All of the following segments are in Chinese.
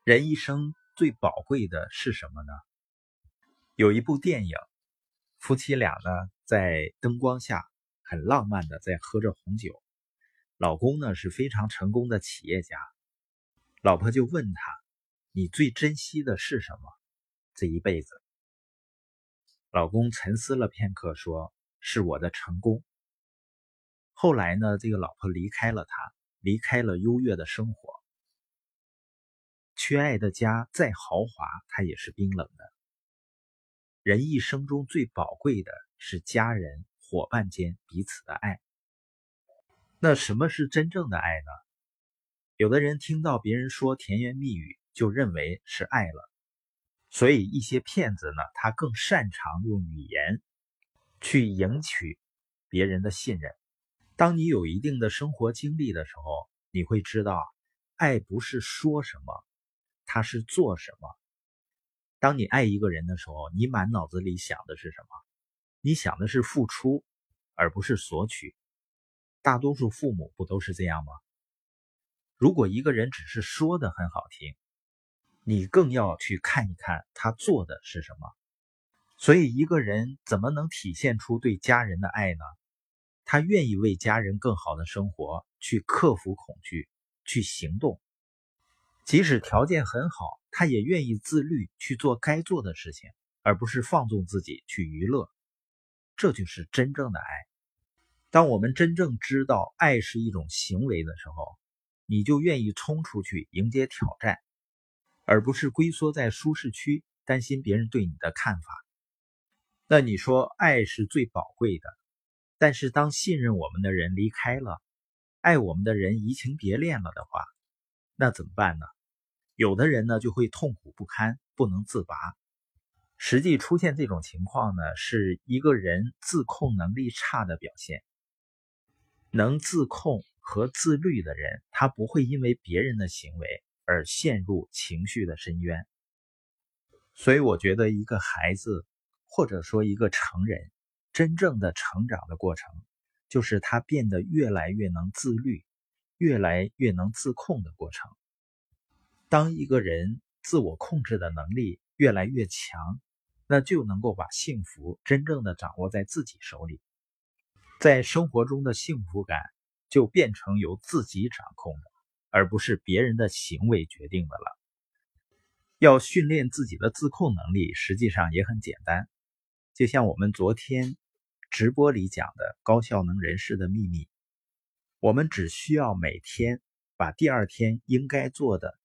人一生最宝贵的是什么呢？有一部电影，夫妻俩呢在灯光下很浪漫的在喝着红酒，老公呢是非常成功的企业家，老婆就问他：你最珍惜的是什么？这一辈子。老公沉思了片刻说：是我的成功。后来呢，这个老婆离开了他，离开了优越的生活。缺爱的家再豪华，它也是冰冷的。人一生中最宝贵的是家人、伙伴间彼此的爱。那什么是真正的爱呢？有的人听到别人说甜言蜜语，就认为是爱了。所以一些骗子呢，他更擅长用语言去赢取别人的信任。当你有一定的生活经历的时候，你会知道，爱不是说什么，它是做什么。当你爱一个人的时候，你满脑子里想的是什么？你想的是付出，而不是索取。大多数父母不都是这样吗？如果一个人只是说的很好听，你更要去看一看他做的是什么。所以一个人怎么能体现出对家人的爱呢？他愿意为家人更好的生活，去克服恐惧，去行动。即使条件很好，他也愿意自律去做该做的事情，而不是放纵自己去娱乐。这就是真正的爱。当我们真正知道爱是一种行为的时候，你就愿意冲出去迎接挑战，而不是龟缩在舒适区，担心别人对你的看法。那你说爱是最宝贵的，但是当信任我们的人离开了，爱我们的人移情别恋了的话，那怎么办呢？有的人呢就会痛苦不堪，不能自拔。实际出现这种情况呢，是一个人自控能力差的表现。能自控和自律的人，他不会因为别人的行为而陷入情绪的深渊。所以我觉得一个孩子，或者说一个成人，真正的成长的过程，就是他变得越来越能自律，越来越能自控的过程。当一个人自我控制的能力越来越强，那就能够把幸福真正的掌握在自己手里。在生活中的幸福感就变成由自己掌控的，而不是别人的行为决定的了。要训练自己的自控能力，实际上也很简单。就像我们昨天直播里讲的高效能人士的秘密，我们只需要每天把第二天应该做的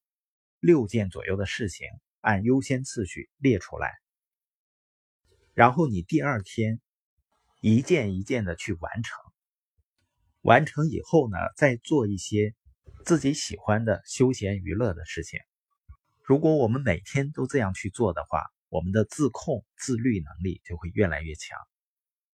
6件左右的事情按优先次序列出来，然后你第二天一件一件的去完成。完成以后呢，再做一些自己喜欢的休闲娱乐的事情。如果我们每天都这样去做的话，我们的自控自律能力就会越来越强。